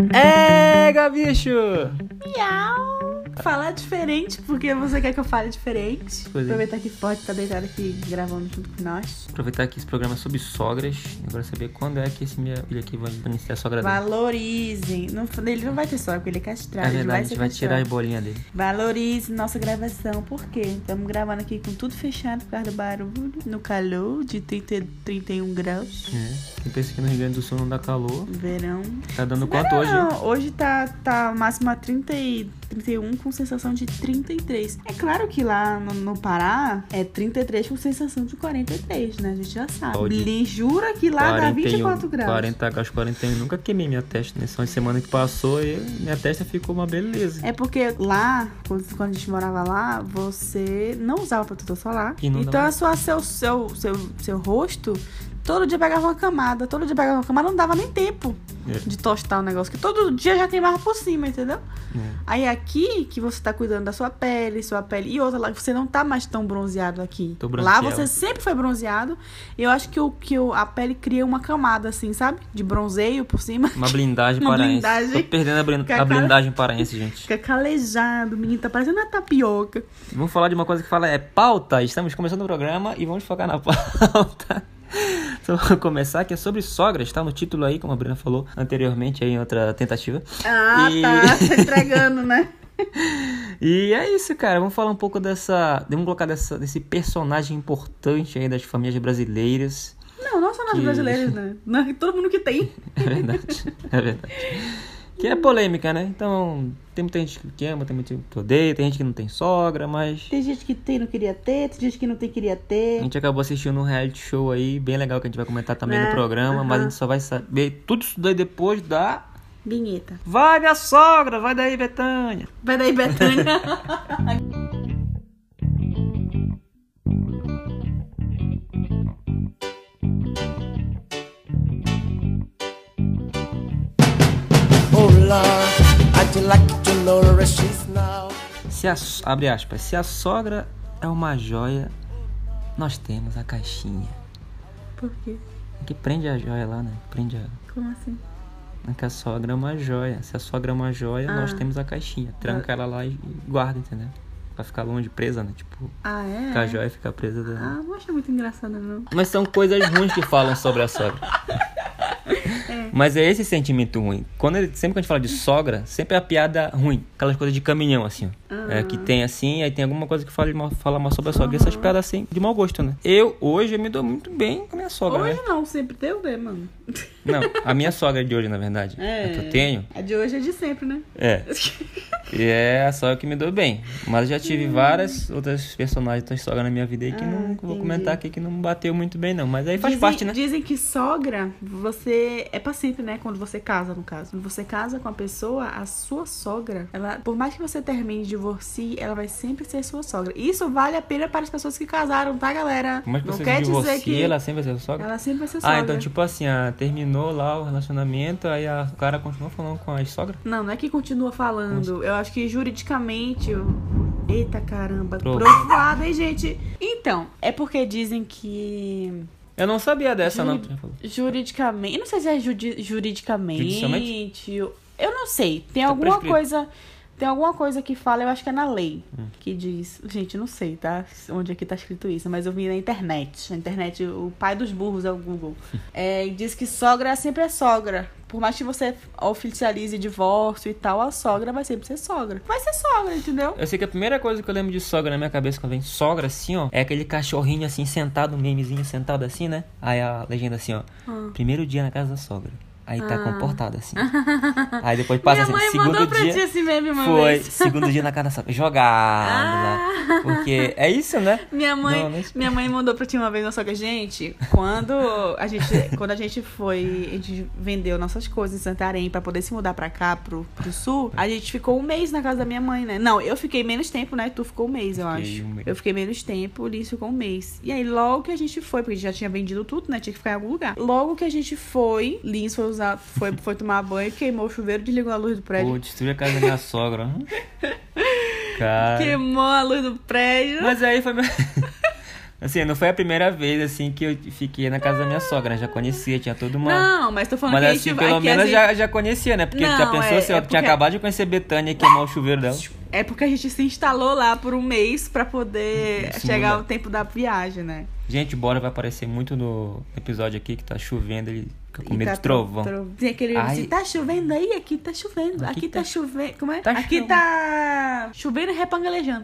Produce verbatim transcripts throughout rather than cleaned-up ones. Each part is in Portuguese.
Ega, bicho! Miau! Falar diferente, porque você quer que eu fale diferente. Pois é. Aproveitar que pode estar deitado aqui gravando junto com nós. Aproveitar que esse programa é sobre sogras. Agora saber quando é que esse meu filho aqui vai iniciar a sogra dele. Valorizem. Não, ele não vai ter sogra, porque ele é castrado. É ele verdade, vai a gente ser vai castrado. tirar as bolinhas dele. Valorize nossa gravação, por quê? Estamos gravando aqui com tudo fechado por causa do barulho, no calor de trinta, trinta e um graus. É. Quem pensa que no Rio Grande do Sul não dá calor, Verão. tá dando Não, quanto hoje? Não, hoje tá, tá máxima trinta e, trinta e um com sensação de trinta e três. É claro que lá no, no Pará é trinta e três com sensação de quarenta e três, né? A gente já sabe. Pode. Lhe jura que lá dá vinte e quatro graus. quarenta graus, quarenta e um. Nunca queimei minha testa nessa semana que passou e minha testa ficou uma beleza. É porque lá, quando, quando a gente morava lá, você não usava protetor solar. Então a sua, seu, seu, seu, seu rosto todo dia pegava uma camada, todo dia pegava uma camada, não dava nem tempo é. de tostar o negócio, que todo dia já queimava por cima, entendeu? É. Aí aqui, que você tá cuidando da sua pele, sua pele, e outra lá, você não tá mais tão bronzeado aqui. Lá você sempre foi bronzeado, e eu acho que, o, que o, a pele cria uma camada, assim, sabe? De bronzeio por cima. Uma blindagem uma paraense. Blindagem. Tô perdendo a, blind, a blindagem paraense, gente. Fica calejado, o menino tá parecendo uma tapioca. Vamos falar de uma coisa que fala, é pauta. Estamos começando o programa e vamos focar na pauta. Então, vamos começar, que é sobre sogras, tá no título aí, como a Bruna falou anteriormente aí em outra tentativa. Ah, e... tá, tá entregando, né? E é isso, cara, vamos falar um pouco dessa, vamos colocar dessa, desse personagem importante aí das famílias brasileiras. Não, não só nós que... brasileiros, né? Não, todo mundo que tem. É verdade, é verdade. Que é polêmica, né? Então, tem muita gente que ama, tem muita gente que odeia, tem gente que não tem sogra, mas... Tem gente que tem e não queria ter, tem gente que não tem queria ter. A gente acabou assistindo um reality show aí, bem legal, que a gente vai comentar também é, no programa, uh-huh. mas a gente só vai saber tudo isso daí depois da... vinheta. Vai, minha sogra! Vai daí, Betânia! Vai daí, Betânia! Se a, abre aspas, se a sogra é uma joia, nós temos a caixinha. Por quê? Que prende a joia lá, né? Prende a... Como assim? Que a sogra é uma joia. Se a sogra é uma joia, ah. nós temos a caixinha. Tranca ah. ela lá e guarda, entendeu? Pra ficar longe, presa, né? Tipo, ah, é? Que a joia fica presa. Da... Ah, não acho muito engraçado, não. Mas são coisas ruins que falam sobre a sogra. É. Mas é esse sentimento ruim. Quando ele, sempre que a gente fala de sogra, sempre é a piada ruim. Aquelas coisas de caminhão, assim, ó. Uhum. É, que tem assim, aí tem alguma coisa que fala mal, fala mal sobre a sogra. Uhum. E essas piadas assim, de mau gosto, né? Eu, hoje, eu me dou muito bem com a minha sogra, hoje né? não, sempre deu, né, mano? Não, a minha sogra é de hoje, na verdade. É. A que eu tenho. A de hoje é de sempre, né? É. E é a sogra que me deu bem. Mas já tive hum. várias outras personagens da sogra na minha vida aí que ah, não entendi. Vou comentar aqui, que não bateu muito bem, não. Mas aí faz dizem, parte, né? Dizem que sogra, você é pra sempre, né? Quando você casa, no caso. Quando você casa com a pessoa, a sua sogra, ela, por mais que você termine de divorcie, ela vai sempre ser sua sogra. Isso vale a pena para as pessoas que casaram, tá, galera? Mas não você quer divorcie, dizer que ela sempre vai ser sogra? Ela sempre vai ser sogra. Ah, então tipo assim, ah, terminou lá o relacionamento, aí a, o cara continua falando com a sogra? Não, não é que continua falando. Eu acho que juridicamente... Eita caramba, Provado. Provado, hein, gente? Então, é porque dizem que... Eu não sabia dessa, Juri... não. Juridicamente... Eu não sei se é judi... juridicamente... Judicialmente? Eu não sei. Tem tá alguma prescrito. coisa... Tem alguma coisa que fala, eu acho que é na lei, hum. que diz... Gente, não sei, tá? Onde aqui tá escrito isso, mas eu vi na internet. Na internet, o pai dos burros é o Google. É, e diz que sogra sempre é sogra. Por mais que você oficialize divórcio e tal, a sogra vai sempre ser sogra. Vai ser sogra, entendeu? Eu sei que a primeira coisa que eu lembro de sogra na minha cabeça quando vem sogra, assim, ó, é aquele cachorrinho assim, sentado, um memezinho sentado assim, né? Aí a legenda assim, ó. Hum. Primeiro dia na casa da sogra. Aí tá ah. comportado assim. Aí depois passa assim, segundo dia. Pra ti esse meme uma foi, vez. segundo dia na casa da sogra. Jogado ah. lá. Porque é isso, né? Minha mãe, não, minha mãe mandou pra ti uma vez na sogra. Gente, quando a gente, quando a gente foi, a gente vendeu nossas coisas em Santarém pra poder se mudar pra cá, pro, pro sul, a gente ficou um mês na casa da minha mãe, né? Não, eu fiquei menos tempo, né? Tu ficou um mês, eu fiquei acho. Um mês. Eu fiquei menos tempo, o Liz ficou um mês. E aí, logo que a gente foi, porque a gente já tinha vendido tudo, né? Tinha que ficar em algum lugar. Logo que a gente foi, Liz foi usar, foi, foi tomar banho, queimou o chuveiro, desligou a luz do prédio. Pô, destruiu a casa da minha sogra. Cara. Queimou a luz do prédio. Mas aí foi... Assim, não foi a primeira vez, assim, que eu fiquei na casa da minha sogra, né? Já conhecia, tinha tudo uma... Não, mas tô falando mas, que assim, a gente... pelo aqui, menos assim... já, já conhecia, né? Porque não, já pensou é, assim, ó, é tinha porque... acabado de conhecer Betânia e queimar o chuveiro dela. É porque a gente se instalou lá por um mês pra poder Isso chegar muda. o tempo da viagem, né? Gente, Bora vai aparecer muito no episódio aqui, que tá chovendo, ele fica com E medo tá de trovão. tro- tro- Tem aquele Ai. assim, tá chovendo aí? Aqui tá chovendo. Aqui Aqui, tá- tá, chovendo. Como é? tá aqui chovendo. tá chovendo e repangalejando.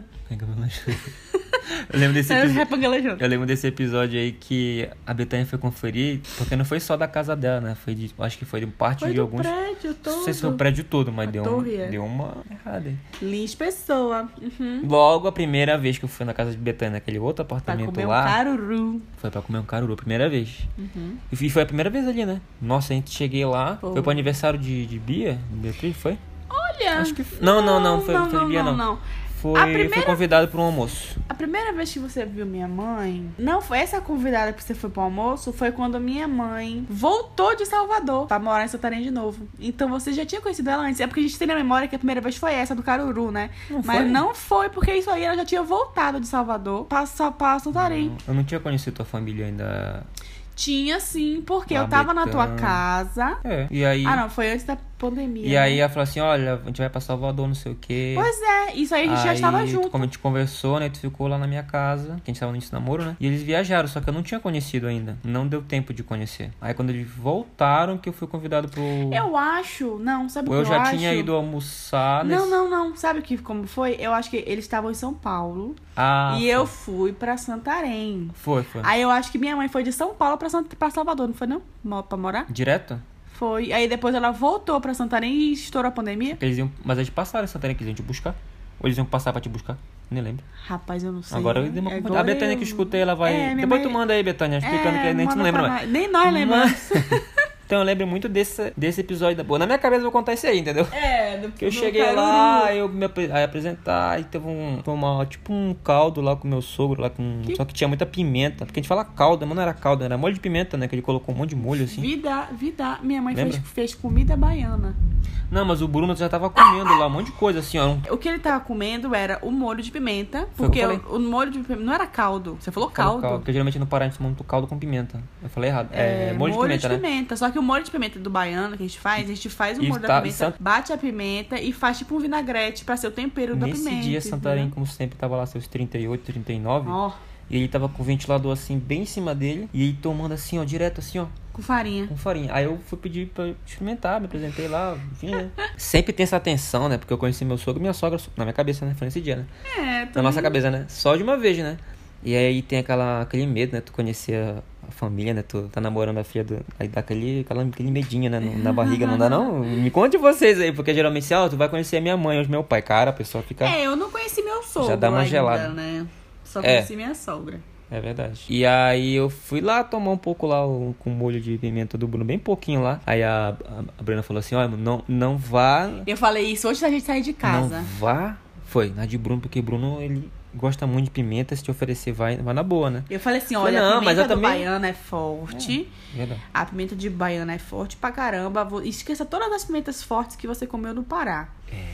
Eu lembro desse É, episódio. repangalejando. Eu lembro desse episódio aí que a Betânia foi conferir, porque não foi só da casa dela, né? Foi de, acho que foi de parte Foi de do alguns. prédio todo. Não sei se foi o prédio todo, mas A deu, torre, um, é. deu uma errada aí. Lins Pessoa. Uhum. Logo, a primeira vez que eu fui na casa de Betânia, naquele outro Pra apartamento comer um lá, caruru. foi pra comer um caruru, primeira vez. Uhum. E foi a primeira vez ali, né? Nossa, a gente cheguei lá, Foi. foi pro aniversário de, de Bia, Beatriz, foi? Olha. Acho que Não, não, não, foi, não, foi de Bia, não. não. Foi, A primeira- foi convidado para um almoço. A primeira vez que você viu minha mãe, não foi essa convidada que você foi pro almoço, foi quando minha mãe voltou de Salvador pra morar em Santarém de novo. Então você já tinha conhecido ela antes. É porque a gente tem na memória que a primeira vez foi essa do Caruru, né? Não Mas foi? não foi porque isso aí ela já tinha voltado de Salvador pra, Sa- pra Santarém. Eu não tinha conhecido tua família ainda. Tinha sim, porque Lá eu tava na tua Betânia. casa. É. E aí. Ah, não, foi antes da pandemia. E né? aí ela falou assim, olha, a gente vai pra Salvador, não sei o quê. Pois é, isso aí a gente já estava junto. Como a gente conversou, né? Tu ficou lá na minha casa, que a gente tava no início do namoro, né? E eles viajaram, só que eu não tinha conhecido ainda. Não deu tempo de conhecer. Aí quando eles voltaram, que eu fui convidado pro. Eu acho, não, sabe o Ou que eu já acho? tinha ido almoçar nesse. Não, não, não. Sabe que como foi? Eu acho que eles estavam em São Paulo Ah, e foi. eu fui pra Santarém. Foi, foi. Aí eu acho que minha mãe foi de São Paulo pra, Sant... pra Salvador, não foi não? Mo- Pra morar? Direto? Foi. Aí depois ela voltou pra Santarém e estourou a pandemia. Porque eles iam. Mas eles passaram em Santarém, que eles iam te buscar. Ou eles iam passar pra te buscar? Nem lembro. Rapaz, eu não sei. Agora eu dei uma Agora A Betânia eu- que escutei, ela vai. É, minha Depois mãe- tu manda aí, Betânia, explicando É, que a gente manda não lembra pra mais. nós. Nem nós lembramos. Então eu lembro muito desse, desse episódio da boa. Na minha cabeça eu vou contar isso aí, entendeu? É, do Que eu do cheguei Caruru. lá, eu me apre- aí apresentar, aí teve um, foi uma, tipo um caldo lá com meu sogro, lá com, Que- só que tinha muita pimenta. Porque a gente fala caldo, mas não era caldo, era molho de pimenta, né? Que ele colocou um monte de molho assim. Vida, vida. Minha mãe Lembra? fez, fez comida baiana. Não, mas o Bruno já tava comendo lá um monte de coisa assim, ó. Um, O que ele tava comendo era o molho de pimenta. Foi o que Porque eu o, o molho de pimenta não era caldo. Você falou Falou caldo. Porque geralmente no Pará a gente toma muito caldo com pimenta. Eu falei errado. É, molho, de pimenta, né? pimenta. Só que o molho de pimenta do baiano que a gente faz, a gente faz o E molho tá- da e pimenta, Sant- bate a pimenta e faz tipo um vinagrete pra ser o tempero da Nesse pimenta. dia, Santarém, entendeu? como sempre, tava lá seus trinta e oito, trinta e nove. Ó, E ele tava com o ventilador assim, bem em cima dele. E ele tomando assim, ó, direto assim, ó. com farinha. Com farinha. Aí eu fui pedir pra experimentar, me apresentei lá, enfim, né? Sempre tem essa atenção, né? Porque eu conheci meu sogro e minha sogra na minha cabeça, né? Foi nesse dia, né? É, Na nossa cabeça, né? Só de uma vez, né? E aí tem aquela, aquele medo, né? Tu conhecer a, a família, né? Tu tá namorando a filha do... Aí dá aquele, aquela, aquele medinho, né? No- Na barriga, não dá não? Me conte vocês aí, porque geralmente assim, ó, tu vai conhecer a minha mãe ou meu pai. Cara, a pessoa fica... É, eu não conheci meu sogro Já dá uma ainda, gelada. né? Só É. conheci minha sogra. É verdade. E aí eu fui lá tomar um pouco lá o, com molho de pimenta do Bruno, bem pouquinho lá. Aí a, a, a Bruna falou assim, olha, não, não vá... Eu falei isso antes da gente sair de casa. Não vá... Foi, na de Bruno, porque Bruno, ele gosta muito de pimenta, se te oferecer, vai, vai na boa, né? Eu falei assim, Falei, olha, não, a mas pimenta eu do também- baiano é forte. Verdade. A pimenta de baiana é forte pra caramba. Vou- Esqueça todas as pimentas fortes que você comeu no Pará.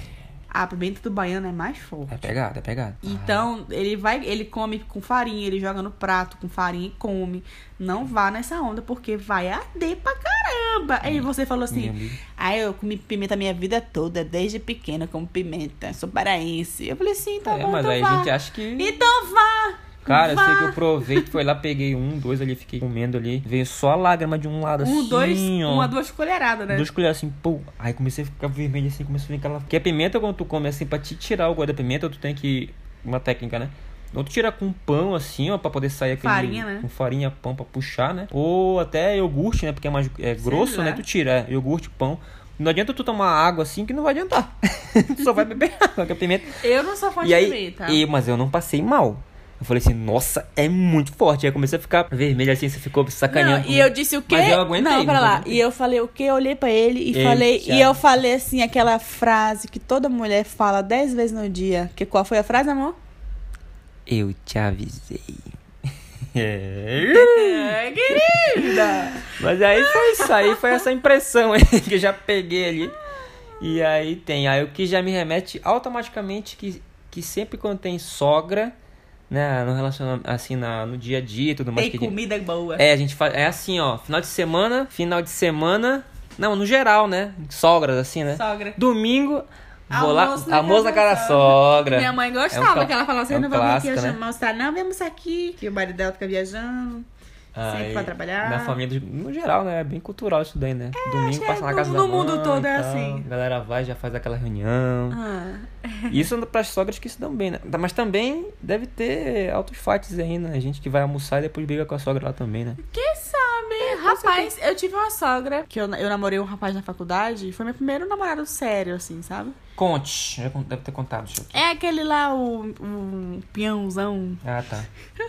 A pimenta do baiano é mais forte. É pegada, é pegada. Então, ele vai, ele come com farinha, ele joga no prato com farinha e come. Não vá nessa onda, porque vai arder pra caramba. Aí você falou Minha assim, amiga. ah, eu comi pimenta a minha vida toda, desde pequena, como pimenta, sou paraense. Eu falei assim, tá É, bom, mas então aí vá. a gente acha que... Então vá! Cara, eu vá. sei que eu provei, que foi lá, peguei um, dois ali, fiquei comendo ali. Veio só a lágrima de um lado Um, assim, dois, ó. uma, duas colheradas, né? Duas colheres assim, pô. Aí comecei a ficar vermelho assim, começou a vir aquela... Porque a pimenta, quando tu come assim, pra te tirar o gosto da pimenta, tu tem que... Uma técnica, né? Ou tu tira com pão, assim, ó, pra poder sair aquele... Farinha, né? Com farinha, pão, pra puxar, né? Ou até iogurte, né? Porque é mais é grosso, lá. né? Tu tira, é, iogurte, pão. Não adianta tu tomar água assim, que não vai adiantar. Tu só vai beber água, que a pimenta... Eu não sou fã E de aí, pimenta. e, mas eu não passei mal. Eu falei assim, nossa, é muito forte. Aí eu comecei a ficar vermelho assim, você ficou sacaneando. Não, e comigo. eu disse o quê? Mas eu aguentei. Não, pera mas eu lá. aguentei. E eu falei o quê? Eu olhei pra ele e Ele, falei... Thiago. E eu falei assim, aquela frase que toda mulher fala dez vezes no dia. Que qual foi a frase, amor? Eu te avisei. É. É, querida! Mas aí foi isso aí, foi essa impressão aí que eu já peguei ali. E aí tem, aí o que já me remete automaticamente que, que sempre quando tem sogra, né, no relacionamento, assim, na, no dia a dia e tudo mais. Tem comida gente... boa. É, a gente faz, é assim, ó, final de semana, final de semana, não, no geral, né, sogras, assim, né. Sogra. Domingo, vou almoço lá, almoço na cara da sogra. Minha mãe gostava, é um, que ela falava assim, é um não vamos aqui clássico, né? mostrar, não, vamos aqui, que o marido dela fica viajando. Sempre Aí, pra trabalhar. Na família, no geral, né? É bem cultural isso daí, né? É, Domingo passa é, na casa no, da no mãe. mundo todo é tal. assim. A galera vai, já faz aquela reunião. Ah. Isso pras sogras que se dão bem, né? Mas também deve ter altos fights aí, né? Gente que vai almoçar e depois briga com a sogra lá também, né? Quem sabe? Rapaz, eu tive uma sogra que eu, eu namorei um rapaz na faculdade. Foi meu primeiro namorado sério, assim, sabe? Conte. Já deve ter contado, deixa eu... É aquele lá, o, o peãozão. Ah, tá.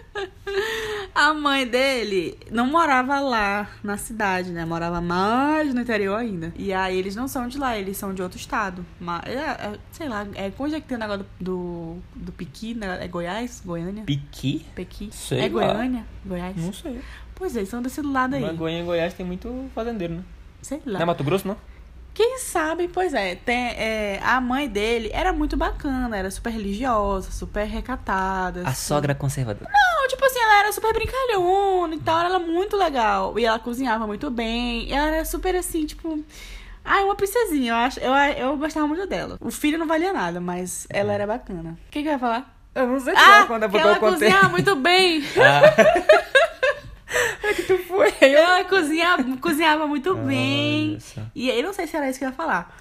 A mãe dele não morava lá na cidade, né? Morava mais no interior ainda. E aí eles não são de lá, eles são de outro estado. Mas, é, é, sei lá, é, onde é que tem o negócio do, do, do Piqui, né? É Goiás? Goiânia? Piqui? Pequi. Sei é lá. Goiânia? Goiás? Não sei. Pois é, eles são desse lado aí. Mas Goiânia e Goiás tem muito fazendeiro, né? Sei lá. Não é Mato Grosso, não? Quem sabe, pois é, tem, é, a mãe dele era muito bacana, era super religiosa, super recatada. A assim. sogra conservadora. Não, tipo assim, ela era super brincalhona e tal, ela era muito legal. E ela cozinhava muito bem, e ela era super assim, tipo... Ah, uma princesinha, eu acho, eu, eu gostava muito dela. O filho não valia nada, mas ela era bacana. O que que eu ia falar? Eu não sei Ah, quando é que porque ela eu contei. cozinhava muito bem. Ah. É que tu foi. Ela cozinhava, cozinhava muito Olha bem. só. E aí, não sei se era isso que eu ia falar.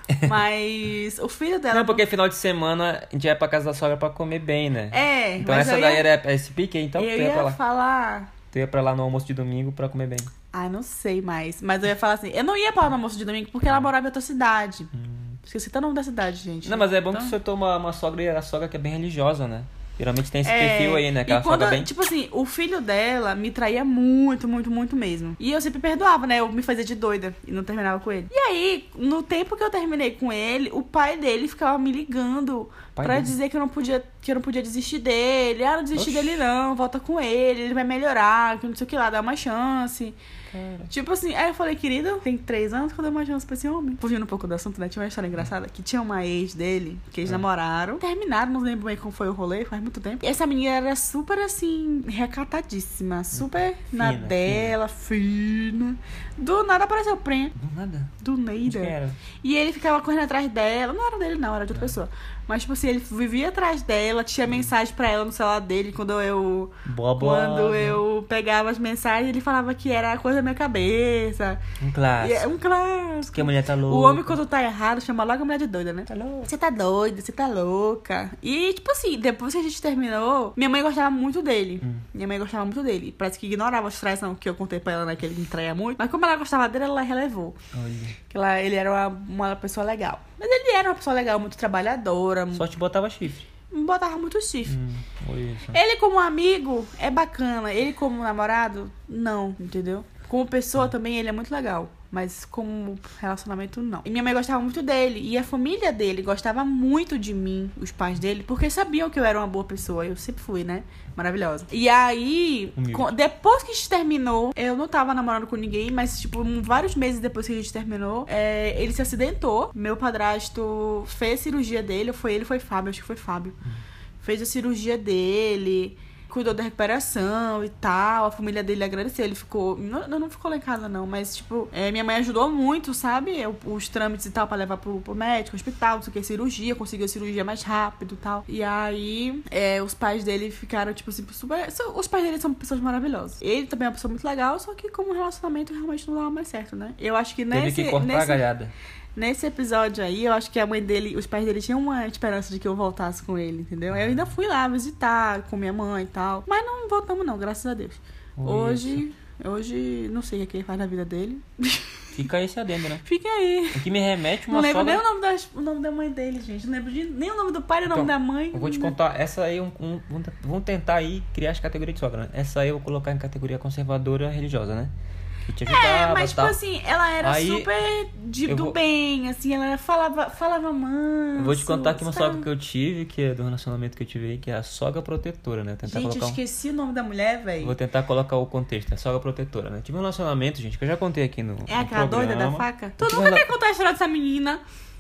Mas o filho dela... Não, porque final de semana a gente ia pra casa da sogra pra comer bem, né? É, Então mas essa eu daí ia, era esse pique, então eu tu ia pra ia lá. falar... Tu ia pra lá no almoço de domingo pra comer bem. Ah, não sei mais. Mas eu ia falar assim, eu não ia pra lá no almoço de domingo porque ela morava em outra cidade. Hum. Esqueci até o nome da cidade, gente. Não, mas é bom Então- que você toma uma sogra e a sogra que é bem religiosa, né? Geralmente tem esse É, perfil aí, né? Aquela e quando, sogra bem... tipo assim, o filho dela me traía muito, muito, muito mesmo. E eu sempre perdoava, né? Eu me fazia de doida e não terminava com ele. E aí, no tempo que eu terminei com ele, o pai dele ficava me ligando Pai pra dele? dizer que eu não podia, que eu não podia desistir dele. Ah, não desistir Oxi. dele não, volta com ele, ele vai melhorar, que não sei o que lá, dá uma chance. Cara. Tipo assim, aí eu falei, querido, tem três anos que eu dei uma chance pra esse homem. Fugindo um pouco do assunto, né? Tinha uma história engraçada que tinha uma ex dele, que eles É. namoraram, terminaram, não lembro bem como foi o rolê, faz muito tempo. E essa menina era super assim, recatadíssima, super na Fina, dela, fina. Do nada apareceu o prêmio Do nada. do De Neida. quem era? E ele ficava correndo atrás dela. Não era dele, não, era de outra pessoa. Mas, tipo assim, ele vivia atrás dela, tinha mensagem pra ela no celular dele. Quando eu. Boa, boa. Quando eu pegava as mensagens, ele falava que era coisa da minha cabeça. Um E clássico. é um clássico. Que a mulher tá louca. O homem, quando tá errado, chama logo a mulher de doida, né? Tá louca. Você tá doida, você tá louca. E, tipo assim, depois que a gente terminou, minha mãe gostava muito dele. Hum. Minha mãe gostava muito dele. Parece que ignorava as traições que eu contei pra ela, né? Que ele me traía muito. Mas como ela gostava dele, ela relevou. Olha. Que ela, ele era uma, uma pessoa legal. Mas ele era uma pessoa legal, muito trabalhadora. Só te botava chifre. Me botava muito chifre. Hum, olha só. Ele como amigo é bacana. Ele como namorado, não, entendeu? Como pessoa também ele é muito legal. Mas como relacionamento, não. E minha mãe gostava muito dele. E a família dele gostava muito de mim, os pais dele, porque sabiam que eu era uma boa pessoa. Eu sempre fui, né? Maravilhosa. E aí, Humilde. com- depois que a gente terminou, eu não tava namorando com ninguém, mas, tipo, um- vários meses depois que a gente terminou, é, ele se acidentou. Meu padrasto fez a cirurgia dele. Foi ele, foi Fábio, acho que foi Fábio. Fez a cirurgia dele, cuidou da recuperação e tal. A família dele agradeceu. Ele ficou. Não, não ficou lá em casa, não, mas, tipo, é, minha mãe ajudou muito, sabe? Eu- os trâmites e tal pra levar pro, pro médico, hospital, não sei o que, cirurgia, conseguiu a cirurgia mais rápido e tal. E aí, é, os pais dele ficaram, tipo assim, super. são- Os pais dele são pessoas maravilhosas. Ele também é uma pessoa muito legal, só que como relacionamento realmente não dava mais certo, né? Eu acho que Teve nesse. que cortar a nesse... galhada. Nesse episódio aí, eu acho que a mãe dele, os pais dele tinham uma esperança de que eu voltasse com ele, entendeu? Eu ainda fui lá visitar com minha mãe e tal. Mas não voltamos não, graças a Deus. Olha Hoje, hoje, não sei o que ele faz na vida dele. Fica esse adendo, né? Fica aí. O que me remete uma Não lembro sogra... nem o nome, das, o nome da mãe dele, gente. Não lembro de, nem o nome do pai, nem o nome Então, da mãe. Eu vou te contar, essa aí, um, um, um- vamos tentar aí criar as categorias de sogra, né? Essa aí eu vou colocar em categoria conservadora religiosa, né? Que te ajudava, É, mas tipo tal. assim, ela era Aí, super de, eu do vou- bem, assim, ela falava, falava manso. Eu vou te contar aqui uma sabe? sogra que eu tive, que é do relacionamento que eu tive aí, que é a sogra protetora, né? Tentar Gente, eu colocar um... esqueci o nome da mulher, velho. Vou tentar colocar o contexto, é sogra protetora, né? Tive um relacionamento, gente, que eu já contei aqui no É aquela no doida da programa. faca? Eu Tu tive nunca um quer contar a história dessa menina.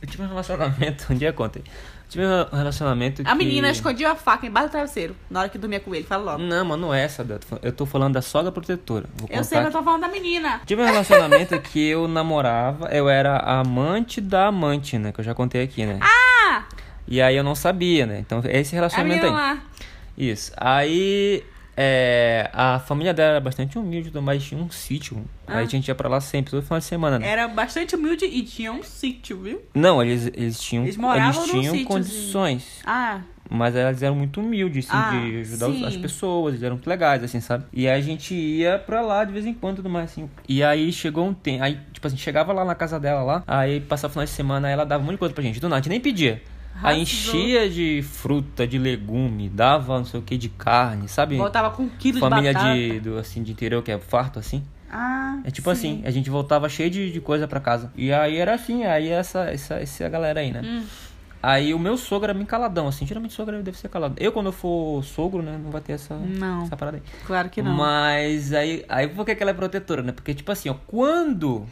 Eu tive um relacionamento, um dia eu contei. Tive um relacionamento que... A menina escondia a faca embaixo do travesseiro na hora que dormia com ele, fala logo. Não, mas não é essa, eu tô falando da sogra protetora. Vou eu sei, mas eu tô falando da menina. Tive um relacionamento que eu namorava, eu era amante da amante, né? Que eu já contei aqui, né? Ah! E aí eu não sabia, né? Então, é esse relacionamento a aí. Lá. Isso. Aí... É, a família dela era bastante humilde, mas tinha um sítio. Ah. Aí a gente ia pra lá sempre, todo final de semana, né? Era bastante humilde e tinha um sítio, viu? Não, eles, eles tinham, eles moravam eles tinham sítio, condições. Assim. Ah. Mas elas eram muito humildes, assim, ah, de ajudar sim. as pessoas, eles eram muito legais, assim, sabe? E aí a gente ia pra lá de vez em quando, tudo mais, assim. E aí chegou um tempo, aí, tipo assim, chegava lá na casa dela lá, aí passava o final de semana, aí ela dava um monte de coisa pra gente, do nada, a gente nem pedia. Arrasou. Aí enchia de fruta, de legume, dava não sei o que, de carne, sabe? Voltava com um quilo Família de batata. de, do, assim, de interior, que é farto, assim. Ah, é tipo sim. assim, a gente voltava cheio de, de coisa pra casa. E aí era assim, aí essa, essa, essa galera aí, né? Hum. Aí o meu sogro era bem caladão, assim. Geralmente sogro deve ser calado. Eu, quando eu for sogro, né, não vai ter essa, não. essa parada aí. Claro que não. Mas aí, aí por que ela é protetora, né? Porque, tipo assim, ó, quando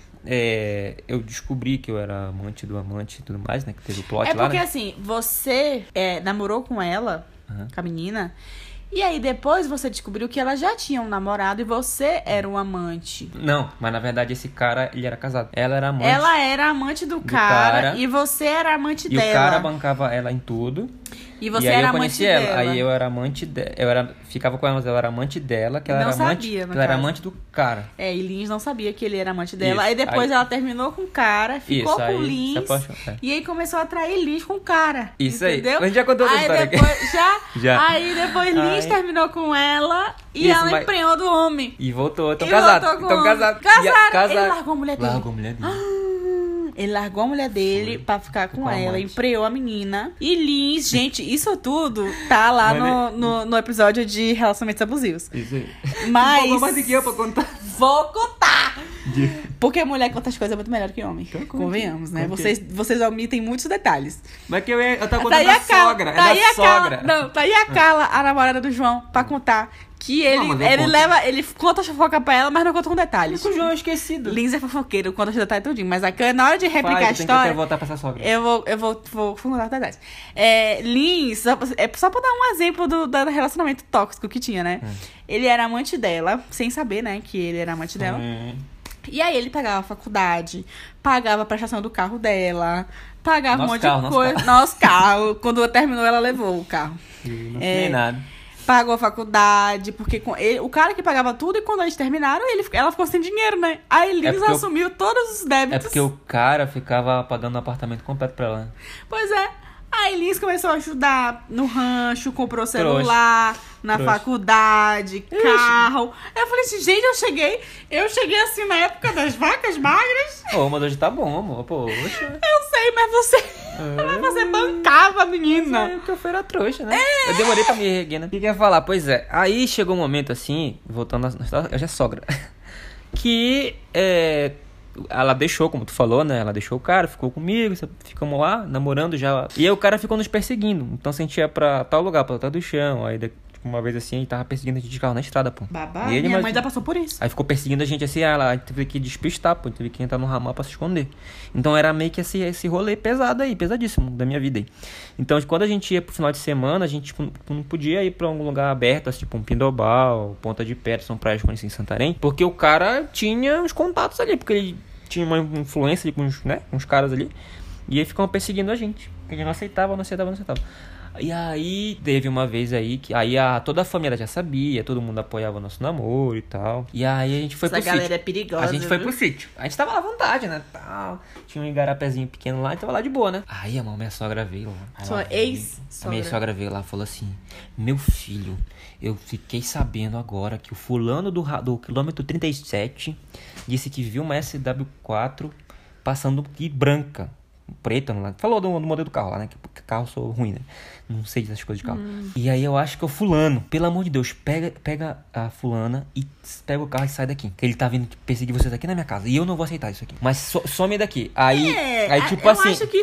é, eu descobri que eu era amante do amante e tudo mais, né? Que teve o plot é lá, É porque, né? assim, você é, namorou com ela, uhum. com a menina... E aí depois você descobriu que ela já tinha um namorado e você era um amante. Não, mas na verdade esse cara, ele era casado. Ela era amante. Ela era amante do, do cara, cara e você era amante e dela. E o cara bancava ela em tudo. E você e aí era eu conheci amante ela. dela. Aí eu era amante dela. Eu era, ficava com ela, mas eu era amante dela, que ela não era amante. Sabia, ela era amante do cara. É, e Lins não sabia que ele era amante dela. Isso. Aí depois aí... ela terminou com o cara, ficou Isso, com o Lins. É. E aí começou a atrair Lins com o cara. Isso entendeu? aí. A gente já contou essa aí história depois, aqui. Já? já. Aí depois Lins aí... terminou com ela e Isso, ela mas... emprenhou do homem. E voltou. Estão casados. Estão casados. Casaram. Casa... Ele largou a mulher dele. Largou a mulher dele. Ele largou a mulher dele Foi. pra ficar com, com ela, empreou a menina. E Lins, gente, isso tudo tá lá no, no, no episódio de relacionamentos abusivos. Isso aí. Mas... Vou mais do que eu pra contar. Vou contar! Porque mulher conta as coisas muito melhor que homem. Então, convenhamos, né? Vocês, vocês omitem muitos detalhes. Mas que eu, ia, eu tava contando da sogra. Tá é aí da a sogra. Carla, não, tá aí a Carla, a namorada do João, pra contar. Que ele, não, ele leva, ele conta a fofoca pra ela, mas não conta com detalhes. O João é esquecido. Lins é fofoqueiro, conta os detalhes tudinho. Mas a Cana, na hora de replicar Pai, a história. Eu voltar pra essa sogra. Eu vou, eu vou, vou contar os detalhes. É, Lins, só, é só pra dar um exemplo do, do relacionamento tóxico que tinha, né? Hum. Ele era amante dela, sem saber, né, que ele era amante dela. Hum. E aí ele pagava a faculdade, pagava a prestação do carro dela, pagava nosso um monte carro, de coisa. Nosso carro. Nosso carro. Quando terminou, ela levou o carro. Não é, nada. Pagou a faculdade, porque com ele, o cara que pagava tudo e quando eles terminaram, ele, ela ficou sem dinheiro, né? Aí Lins é assumiu eu, todos os débitos. É porque o cara ficava pagando o apartamento completo pra ela, né? Pois é. Aí Lins começou a ajudar no rancho, comprou celular, Trouxa. na Trouxa. faculdade, carro. Ixi. Eu falei assim, gente, eu cheguei, eu cheguei assim na época das vacas magras. Ô, mas hoje tá bom, amor. Poxa. Eu sei, mas você... É. Mas você bancava a menina. Mas é, que eu fui era trouxa, né? É. Eu demorei pra me erguer, né? O que eu ia falar? Pois é, aí chegou um momento assim, voltando na história, eu já sogra, que é... ela deixou, como tu falou, né? Ela deixou o cara, ficou comigo, ficamos lá, namorando já. E aí o cara ficou nos perseguindo. Então se a gente ia pra tal lugar, pra tal do chão, aí tipo, uma vez assim, ele tava perseguindo a gente de carro na estrada, pô. Babá, ele, minha mas... mãe já passou por isso. Aí ficou perseguindo a gente assim, ela a gente teve que despistar, pô, teve que entrar no ramal pra se esconder. Então era meio que esse, esse rolê pesado aí, pesadíssimo da minha vida aí. Então quando a gente ia pro final de semana, a gente tipo, não podia ir pra algum lugar aberto, assim, tipo um Pindobal, Ponta de Pedra, São Praias, conheci em Santarém, porque o cara tinha uns contatos ali, porque ele tinha uma influência ali com uns, né, uns caras ali, e aí ficam perseguindo a gente. Ele não aceitava, não aceitava, não aceitava. E aí, teve uma vez aí, que aí a, toda a família já sabia, todo mundo apoiava o nosso namoro e tal. E aí a gente foi Essa pro sítio. Essa galera é perigosa, A gente foi viu? pro sítio. A gente tava à vontade, né, tal. Tinha um igarapézinho pequeno lá, a gente tava lá de boa, né. Aí a minha sogra veio lá. Sua ex-sogra. A minha sogra veio lá e falou assim, meu filho, eu fiquei sabendo agora que o fulano do, do quilômetro trinta e sete disse que viu uma S W quatro passando aqui branca, preta, lá. Falou do, do modelo do carro lá, né? Que carro sou ruim, né? Não sei dessas coisas de carro. Hum. E aí eu acho que é o fulano. Pelo amor de Deus, pega, pega a fulana e pega o carro e sai daqui. Que ele tá vindo perseguir vocês aqui na minha casa. E eu não vou aceitar isso aqui. Mas so, some daqui. Aí, é, aí tipo eu assim... Eu acho que isso não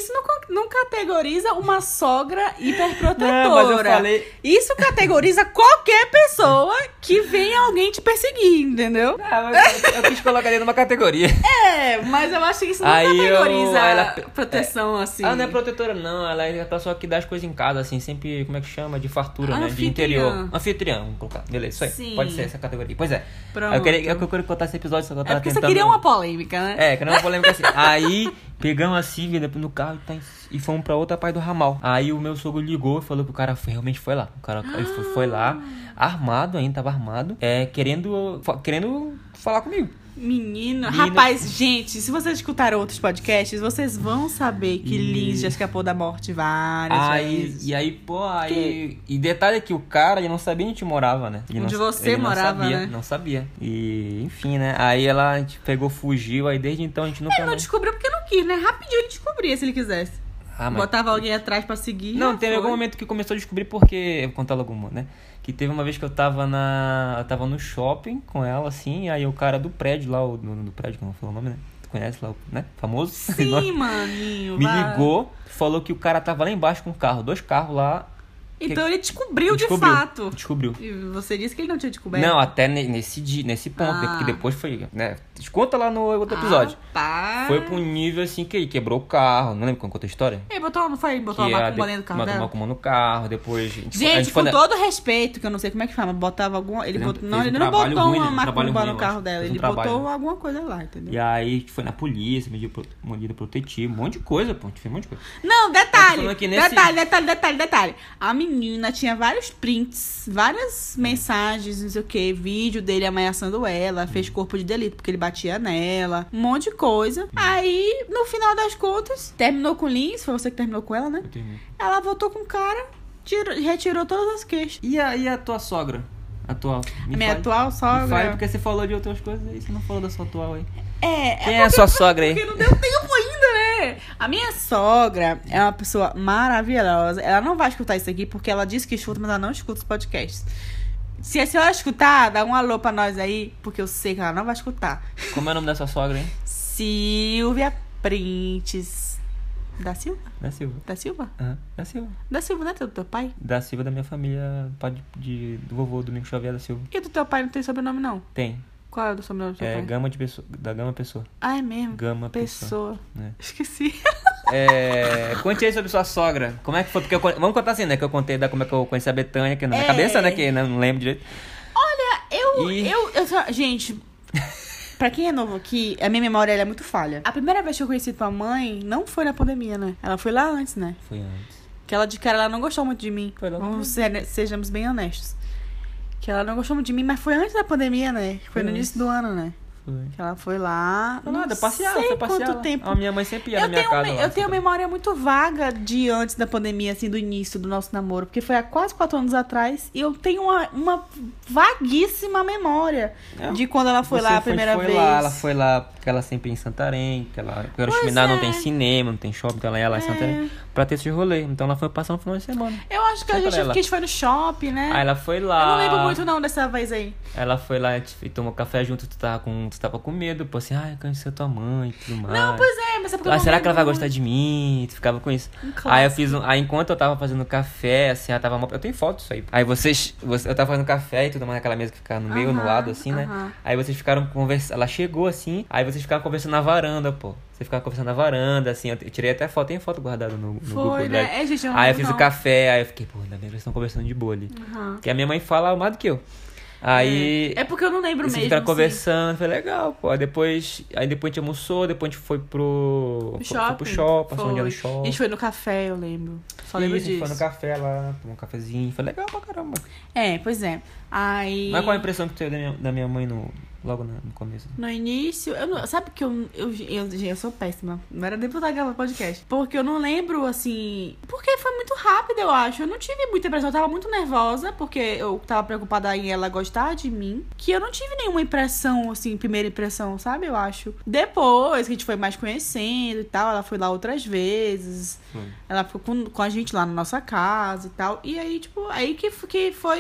não categoriza uma sogra hiperprotetora. Não, mas eu falei... Isso categoriza qualquer pessoa que venha alguém te perseguir, entendeu? Não, eu, eu quis colocar ele numa categoria. É, mas eu acho que isso não Aí categoriza eu, ela, proteção, é, assim. Ela não é protetora, não. Ela é a pessoa que dá as coisas em casa, assim, sempre, como é que chama? De fartura, né? De interior. Anfitriã, vamos colocar. Beleza, isso aí. Sim. Pode ser essa categoria. Pois é. Pronto. Eu queria, eu queria contar esse episódio, só que eu tava É porque tentando... você queria uma polêmica, né? É, queria uma polêmica assim. Aí, pegamos assim, vindo no carro e, tá em... e fomos pra outra parte do ramal. Aí o meu sogro ligou e falou que o cara foi, realmente foi lá. O cara ele foi, foi lá, armado ainda, tava armado, é, querendo, querendo falar comigo. Menino, Menino, rapaz, gente, se vocês escutaram outros podcasts, vocês vão saber que e... Lins já escapou da morte várias aí, vezes. E aí, pô, aí... Que... E detalhe é que o cara, ele não sabia onde a gente morava, né? Ele onde não, você ele morava, não sabia, né? Não sabia. E, enfim, né? Aí ela, a gente pegou, fugiu, aí desde então a gente nunca... Ele não mais... descobriu porque não quis, né? Rapidinho ele descobria se ele quisesse. Ah, mas... Botava alguém atrás pra seguir. Não, teve foi. algum momento que começou a descobrir porque... Eu vou contar logo uma, né? Que teve uma vez que eu tava na... Eu tava no shopping com ela, assim, aí o cara do prédio lá, o dono do prédio, que não falou o nome, né? Tu conhece lá, né? Famoso? Sim, maninho. Me vai. ligou, falou que o cara tava lá embaixo com um carro, dois carros lá. Então que... ele descobriu, descobriu de fato. Descobriu. E você disse que ele não tinha descoberto. Não, até nesse dia, nesse ponto, ah. porque depois foi, né? Conta lá no outro episódio. Ah, foi pra um nível assim que ele quebrou o carro. Não lembra quando contou a história? Ele botou, não foi? Botou que uma macumba dentro do carro dela? Botou uma macumba no carro, depois... Gente, gente a gente com foi... todo respeito, que eu não sei como é que fala, botava alguma... Ele, botou, não, um ele não botou ruim, uma macumba ruim, no carro dela, ele um botou né? alguma coisa lá, entendeu? E aí foi na polícia, mediu medida protetiva, um monte de coisa, pô. A gente fez um monte de coisa. Não, detalhe, nesse... detalhe, detalhe, detalhe, detalhe. A menina tinha vários prints, várias hum. mensagens, não sei o que, vídeo dele ameaçando ela, hum. fez corpo de delito porque ele batia nela, um monte de coisa. Hum. Aí, no final das contas, terminou com o Lins, foi você que terminou com ela, né? Eu terminei. Ela voltou com o cara, tirou, retirou todas as queixas. E a, e a tua sogra? Atual? Me a minha fale. atual sogra? Me fale, porque você falou de outras coisas e você não falou da sua atual aí. É, Quem é, é a sua sogra aí? Porque não deu tempo ainda, né? A minha sogra é uma pessoa maravilhosa. Ela não vai escutar isso aqui porque ela disse que escuta, mas ela não escuta os podcasts. Se a senhora escutar, dá um alô pra nós aí, porque eu sei que ela não vai escutar. Como é o nome da sua sogra, hein? Silvia Printes. Da Silva? Da Silva. Da Silva? Aham, uhum. Da Silva. Da Silva, não é do teu pai? Da Silva, da minha família, pai de, de, do vovô Domingos Xavier da Silva. E do teu pai não tem sobrenome, não? Tem. Qual é o sobrenome do seu é, pai? Gama de Pessoa, da Gama Pessoa. Ah, é mesmo? Gama Pessoa. Pessoa. É. Esqueci. É, conte aí sobre sua sogra. Como é que foi? Porque eu, vamos contar assim, né? Que eu contei da como é que eu conheci a Betânia, que na minha é... cabeça, né? Que não lembro direito. Olha, eu... E... eu, eu, eu gente... Pra quem é novo aqui, a minha memória ela é muito falha. A primeira vez que eu conheci tua mãe não foi na pandemia, né? Ela foi lá antes, né? Foi antes. Que ela de cara ela não gostou muito de mim. Foi lá. Vamos ser, sejamos bem honestos. Que ela não gostou muito de mim, mas foi antes da pandemia, né? Foi, foi no início do ano, né? Foi. Que ela foi lá. Foi nada, passear, sei foi passear. Quanto tempo. A minha mãe sempre ia eu na minha tenho, casa. Eu lá, tenho memória muito vaga de antes da pandemia, assim, do início do nosso namoro. Porque foi há quase quatro anos atrás. E eu tenho uma, uma vaguíssima memória é. de quando ela foi Você lá a foi, primeira foi vez. Lá, ela foi lá, porque ela sempre ia em Santarém. Porque ela, porque Arosminá é. não tem cinema, não tem shopping, então ela ia lá em é. Santarém pra ter esse rolê. Então ela foi passar um final de semana. Eu acho que sempre a gente quis foi no shopping, né? Aí ela foi lá. Eu não lembro muito não dessa vez aí. Ela foi lá e tomou café junto, tu tava com, tu tava com medo, pô, assim, ai, eu quero ser tua mãe e tudo mais. Não, pois é, mas é porque ah, eu não será que ela vai muito. gostar de mim? Tu ficava com isso. Um aí eu fiz um. Aí enquanto eu tava fazendo café, assim, ela tava. Eu tenho fotos disso aí. Aí vocês. Você, eu tava fazendo café e tudo mais naquela mesa que ficava no meio, uh-huh, no lado, assim, né? Uh-huh. Aí vocês ficaram conversando. Ela chegou assim, aí vocês ficaram conversando na varanda, pô. Você ficava conversando na varanda, assim, eu tirei até foto, tem foto guardada no, no Foi, Google. né? É, gente, eu aí eu fiz não. o café, aí eu fiquei, pô, ainda bem que eles estão conversando de boa ali. Uhum. Porque a minha mãe fala mais do que eu. Aí... É, é porque eu não lembro mesmo. Ficaram conversando, foi legal, pô. Aí depois, aí depois a gente almoçou, depois a gente foi pro... Pro foi, shopping. Foi pro shopping, passou um dia no shopping. A gente foi no café, eu lembro. Só lembro Isso, disso. A gente foi no café lá, tomou um cafezinho. Foi legal pra caramba. É, pois é. Aí... Mas qual a impressão que tu teve da minha, da minha mãe no... Logo no, no começo. No início, eu não, sabe que eu, eu, eu, eu sou péssima. Não era nem pra estar gravando podcast. Porque eu não lembro, assim... Porque foi muito rápido, eu acho. Eu não tive muita impressão. Eu tava muito nervosa, porque eu tava preocupada em ela gostar de mim. Que eu não tive nenhuma impressão, assim, primeira impressão, sabe? Eu acho. Depois que a gente foi mais conhecendo e tal, ela foi lá outras vezes. Hum. Ela ficou com, com a gente lá na nossa casa e tal. E aí, tipo, aí que, que foi...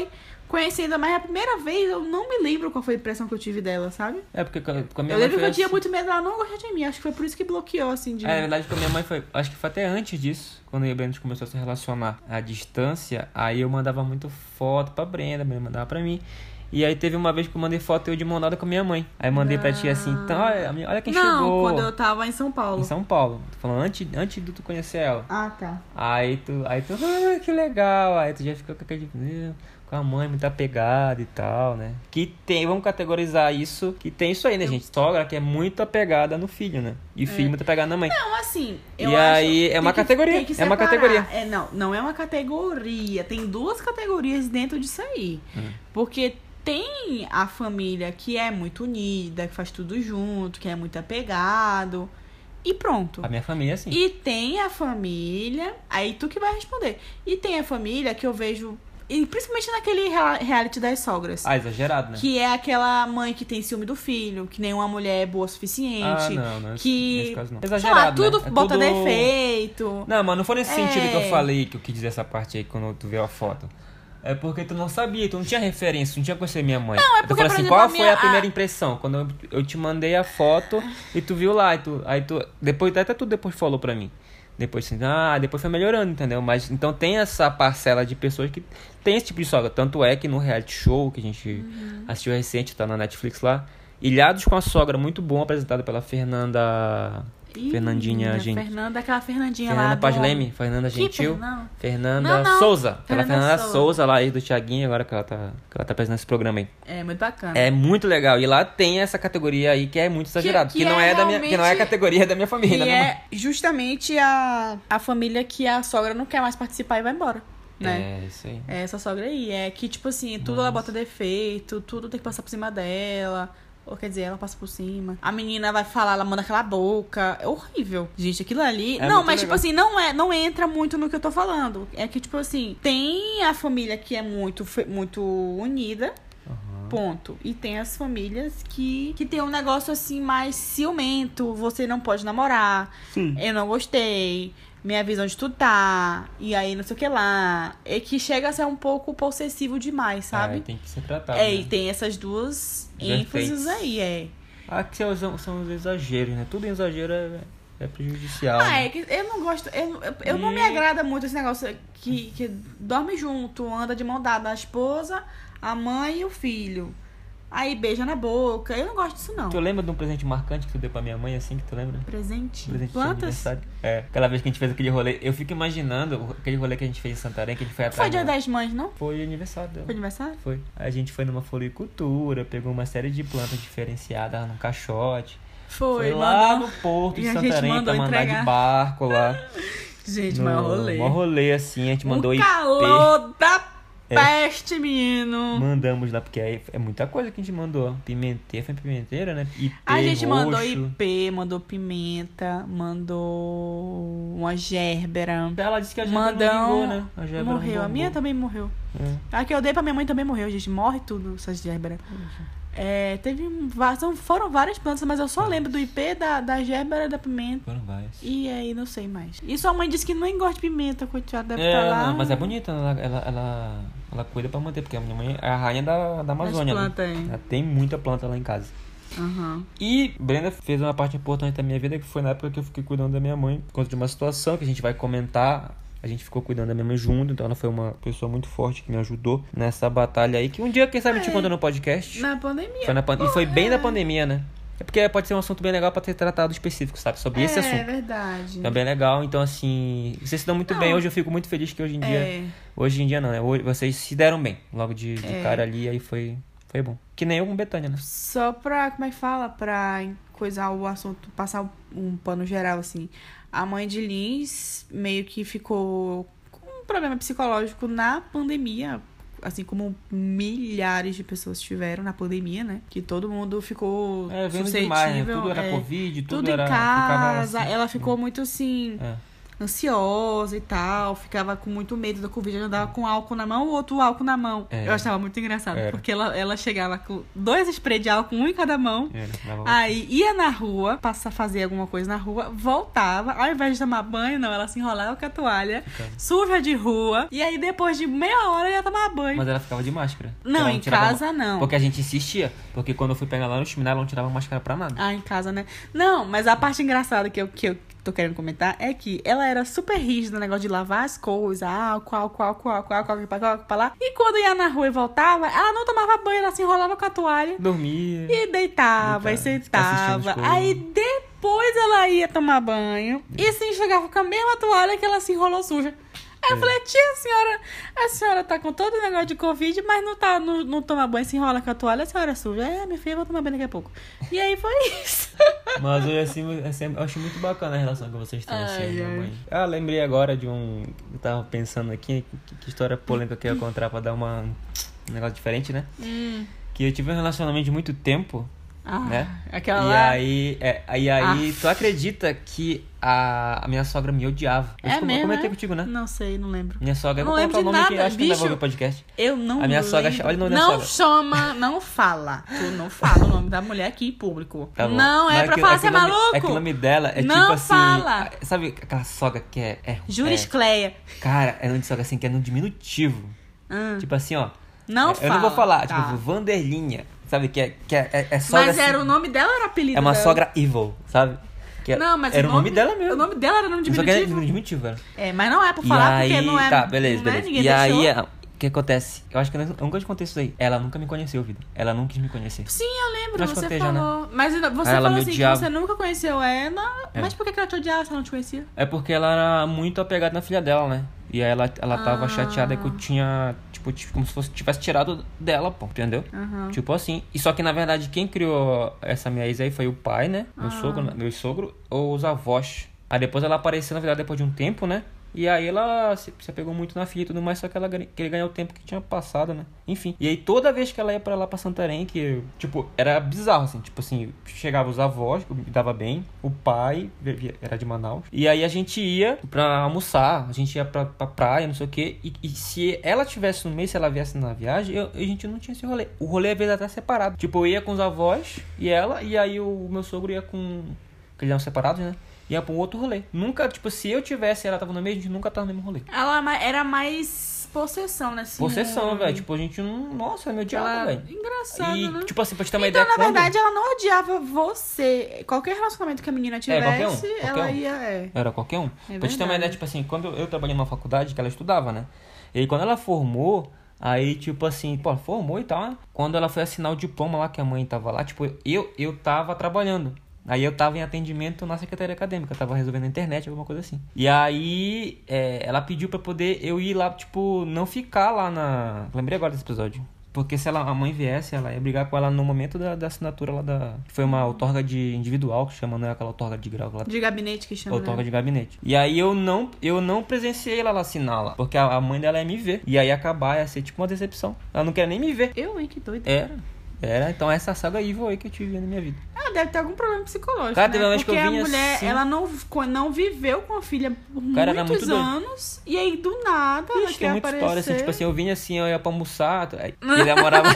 conhecendo, mas a primeira vez eu não me lembro qual foi a impressão que eu tive dela, sabe? É, porque com a minha eu mãe lembro que eu assim. tinha muito medo dela não gostar de mim. Acho que foi por isso que bloqueou, assim, de É, mim. na verdade, com a minha mãe foi... Acho que foi até antes disso, quando eu e a Brenda começou a se relacionar à distância, aí eu mandava muito foto pra Brenda, a Brenda mandava pra mim. E aí teve uma vez que eu mandei foto eu de mão dada com a minha mãe. Aí eu mandei não. pra tia assim, então, olha, olha quem não, chegou. Não, quando eu tava em São Paulo. Em São Paulo. Tô falando antes, antes de tu conhecer ela. Ah, tá. Aí tu, aí tu, ah, que legal. Aí tu já ficou com aquele... com a mãe muito apegada e tal, né? Que tem, vamos categorizar isso, que tem isso aí, né, gente? Sogra que é muito apegada no filho, né? E filho é. muito apegado na mãe. Não, assim, eu e acho... aí é uma que, categoria, é uma categoria. É, não, não é uma categoria. Tem duas categorias dentro disso aí. Hum. Porque tem a família que é muito unida, que faz tudo junto, que é muito apegado... E pronto. A minha família é assim. E tem a família... Aí tu que vai responder. E tem a família que eu vejo... E principalmente naquele reality das sogras. Ah, exagerado, né? Que é aquela mãe que tem ciúme do filho, que nenhuma mulher é boa o suficiente. Ah, não, não. Que, nesse caso não. Exagerado, lá, tudo né? É bota tudo... defeito. Não, mas não foi nesse é... sentido que eu falei, que eu quis dizer essa parte aí quando tu viu a foto. É porque tu não sabia, tu não tinha referência, tu não tinha conhecido minha mãe. Não, é porque, eu falei assim, exemplo, qual a minha... foi a primeira impressão? Quando eu, eu te mandei a foto e tu viu lá, e tu, aí tu... Depois, até tu depois falou pra mim. Depois assim, ah, depois foi melhorando, entendeu? Mas então tem essa parcela de pessoas que tem esse tipo de sogra. Tanto é que no reality show que a gente uhum. assistiu recente, tá na Netflix lá, Ilhados com a Sogra, muito bom, apresentado pela Fernanda... Ih, Fernandinha, gente. Fernanda, aquela Fernandinha Fernanda lá. Paz do... Leme, Fernanda que Gentil. não. Fernanda não, não. Souza. Pela Fernanda Fernanda Souza. Souza lá aí do Thiaguinho, agora que ela tá, que ela tá apresentando esse programa aí. É muito bacana. É muito legal. E lá tem essa categoria aí que é muito exagerado. Que, que, que não, é, é da minha, que não é a categoria da minha família. E é justamente a, a família que a sogra não quer mais participar e vai embora. Né? É, isso aí. É essa sogra aí. É que, tipo assim, tudo Nossa. ela bota defeito, tudo tem que passar por cima dela. Ou quer dizer, ela passa por cima. A menina vai falar, ela manda aquela boca. É horrível. Gente, aquilo ali... É não, mas legal. Tipo assim, não, é, não entra muito no que eu tô falando. É que, tipo assim, tem a família que é muito, muito unida. Uhum. Ponto. E tem as famílias que, que tem um negócio assim mais ciumento. Você não pode namorar. Sim. Eu não gostei. Me avisa onde tu tá. E aí não sei o que lá. É que chega a ser um pouco possessivo demais, sabe? É, tem que ser tratado. É, né? E tem essas duas ênfases aí, é. Aqui são, são os exageros, né? Tudo em exagero é, é prejudicial. Ah, né? é que eu não gosto. Eu, eu, eu e... não me agrada muito esse negócio que, que dorme junto, anda de mão dada a esposa, a mãe e o filho. Aí beija na boca. Eu não gosto disso, não. Tu lembra de um presente marcante que tu deu pra minha mãe, assim, que tu lembra? Presente? presente Plantas? É, aquela vez que a gente fez aquele rolê. Eu fico imaginando aquele rolê que a gente fez em Santarém, que a gente foi atrás. Foi dia das mães, não? Foi aniversário dela. Foi aniversário? Foi. Aí a gente foi numa floricultura, pegou uma série de plantas diferenciadas num caixote. Foi, foi lá mandou... no Porto de e Santarém pra mandar entregar. de barco lá. Gente, no, maior rolê. Maior rolê, assim, a gente mandou ir. O calor da É. Peste, menino. Mandamos lá, porque aí é muita coisa que a gente mandou. Pimenteira, foi pimenteira, né? I P, a gente roxo. mandou I P, mandou pimenta, mandou uma gerbera. Ela disse que a gerbera Mandão... não vingou, né? A gerbera morreu, a minha também morreu. É. A que eu dei pra minha mãe também morreu, gente. Morre tudo, essas gerberas. É, teve foram várias plantas, mas eu só lembro do I P, da, da gerbera e da pimenta. Foram várias. E aí não sei mais. E sua mãe disse que nem gosta de pimenta, coitada, deve é, estar lá. Não, mas é bonita, ela, ela, ela, ela cuida pra manter, porque a minha mãe é a rainha da, da Amazônia. Planta, né? é. Ela tem muita planta lá em casa. Uhum. E Brenda fez uma parte importante da minha vida, que foi na época que eu fiquei cuidando da minha mãe, por conta de uma situação que a gente vai comentar. A gente ficou cuidando da minha mãe junto, então ela foi uma pessoa muito forte que me ajudou nessa batalha aí, que um dia, quem sabe, é. te conta no podcast. Na pandemia. Foi na pan... Pô, e foi bem é. na pandemia, né? É porque pode ser um assunto bem legal pra ter tratado específico, sabe? Sobre é, esse assunto. É verdade. É bem legal, então assim, vocês se dão muito Não. bem. Hoje eu fico muito feliz que hoje em dia... É. Hoje em dia não, né? Hoje vocês se deram bem, logo de, de é. cara ali, aí foi, foi bom. Que nem eu com Betânia, né? Só pra, como é que fala? Pra coisar o assunto, passar um pano geral, assim. A mãe de Lins meio que ficou com um problema psicológico na pandemia, assim como milhares de pessoas tiveram na pandemia, né? Que todo mundo ficou é, vendo suscetível. Demais, né? Tudo era é, Covid, tudo, tudo era... em casa. Assim, ela ficou é. muito assim... É. ansiosa e tal, ficava com muito medo da Covid, ela andava com álcool na mão, o outro álcool na mão. É. Eu achava muito engraçado, Era. porque ela, ela chegava com dois sprays de álcool, um em cada mão, Era. aí ia na rua, passar a fazer alguma coisa na rua, voltava, ao invés de tomar banho, não, ela se enrolava com a toalha, ficava suja de rua, e aí depois de meia hora ia tomar banho. Mas ela ficava de máscara. Não, em casa não. Porque a gente insistia, porque quando eu fui pegar lá no chiminé, ela não tirava máscara pra nada. Ah, em casa, né? Não, mas a parte engraçada que eu, que eu tô querendo comentar é que ela era super rígida no negócio de lavar as coisas, álcool, álcool, álcool, álcool, álcool, álcool, álcool, álcool pra lá. E quando ia na rua e voltava, ela não tomava banho, ela se enrolava com a toalha. Dormia. E deitava, deitava e sentava. Aí depois ela ia tomar banho e se enxugava com a mesma toalha que ela se enrolou suja. Aí eu é. falei, tia, a senhora, a senhora tá com todo o negócio de Covid, mas não, tá, não, não toma banho, se enrola com a toalha, a senhora é suja. É, minha filha, eu vou tomar banho daqui a pouco. E aí foi isso. Mas eu, assim, assim, eu acho muito bacana a relação que vocês têm, assim, ai, minha mãe. Ah, lembrei agora de um... Eu tava pensando aqui, que, que história polêmica que eu ia contar pra dar uma, um negócio diferente, né? Hum. Que eu tive um relacionamento de muito tempo, ah, né? Aquela e lá... aí, é, e aí ah. tu acredita que a, a minha sogra me odiava? Eu é mesmo, comentei é? contigo, né? Não sei, não lembro. Minha sogra, não eu vou lembro colocar o nome nada, aqui, acho bicho, que não vai ouvir o podcast. Eu não A minha lembro. sogra, olha o nome da Não sogra. chama, não fala. Tu não fala o nome da mulher aqui em público. Tá não, é Mas pra que, falar, é você é nome, maluco? É que o nome dela é não tipo assim... fala. Sabe aquela sogra que é... é Juriscleia. É, cara, é nome de sogra assim, que é no diminutivo. Hum. Tipo assim, ó. Não é, fala. Eu não vou falar, tá. tipo, Vanderlinha. Sabe, que é, que é, é, é sogra... Mas assim, era o nome dela ou era o apelido É uma dela? sogra evil, sabe? Que não, mas era o nome, nome, o nome dela mesmo. O nome dela era nome diminutivo? Só que era diminutivo, era. É, mas não é pra falar, aí, porque não é... Tá, beleza, não beleza. É, ninguém e deixou. aí, o que acontece? Eu acho que eu nunca te contei isso aí. Ela nunca me conheceu, vida. Ela nunca quis me conhecer. Sim, eu lembro, Nós você falou. Já, né? Mas você ela falou assim odiava. que você nunca conheceu ela, é. Mas por que ela te odiava se ela não te conhecia? É porque ela era muito apegada na filha dela, né? E aí ela, ela tava ah. chateada que eu tinha, tipo, tipo, como se fosse tivesse tirado dela, pô, entendeu? Uhum. Tipo assim. E só que, na verdade, quem criou essa minha ex aí foi o pai, né? Meu uhum. sogro, meu sogro, ou os avós. Aí depois ela apareceu, na verdade, depois de um tempo, né? E aí ela se, se apegou muito na filha e tudo mais, só que ela que ele ganhou o tempo que tinha passado, né? Enfim. E aí toda vez que ela ia pra lá pra Santarém, que, tipo, era bizarro, assim. Tipo assim, chegava os avós, que me dava bem, o pai, era de Manaus. E aí a gente ia pra almoçar, a gente ia pra, pra praia, não sei o quê. E, e se ela tivesse no meio, se ela viesse na viagem, eu, a gente não tinha esse rolê. O rolê, às vezes, até separado. Tipo, eu ia com os avós e ela, e aí o meu sogro ia com... que eles eram separados, né? Ia pra um outro rolê. Nunca, tipo, se eu tivesse e ela tava no meio, a gente nunca tava no mesmo rolê. Ela era mais possessão, né? Assim, possessão, velho. Tipo, a gente não... Nossa, me odiava, velho. Engraçado, e, né? tipo assim, pra te ter uma então, ideia... Então, na quando... verdade, ela não odiava você. Qualquer relacionamento que a menina tivesse, é, qualquer um, qualquer ela um. ia... É. Era qualquer um. É pra verdade. te ter uma ideia, tipo assim, quando eu trabalhei numa faculdade, que ela estudava, né? E aí, quando ela formou... Aí, tipo assim, pô, formou e tal, né? Quando ela foi assinar o diploma lá, que a mãe tava lá, tipo, eu, eu tava trabalhando. Aí eu tava em atendimento na secretaria acadêmica, tava resolvendo a internet, alguma coisa assim. E aí, é, ela pediu pra poder eu ir lá, tipo, não ficar lá na... Lembrei agora desse episódio. Porque se ela, a mãe viesse, ela ia brigar com ela no momento da, da assinatura lá da... Foi uma outorga de individual, que chama, não é aquela outorga de grau. Lá, de gabinete que chama, outorga né? de gabinete. E aí eu não, eu não presenciei ela lá assinar lá, porque a, a mãe dela ia me ver. E aí acabar, ia ser tipo uma decepção. Ela não queria nem me ver. Eu, hein? Que doida. Era. Era, então essa saga evil aí que eu tive na minha vida. Ah, deve ter algum problema psicológico, cara, né? teve uma vez Porque que eu vinha a mulher, assim... ela não, não viveu com a filha por cara, muitos muito anos. E aí, do nada, ela Ixi, quer tem muita aparecer. história, assim, tipo assim, eu vinha assim, eu ia pra almoçar, aí, e ela morava...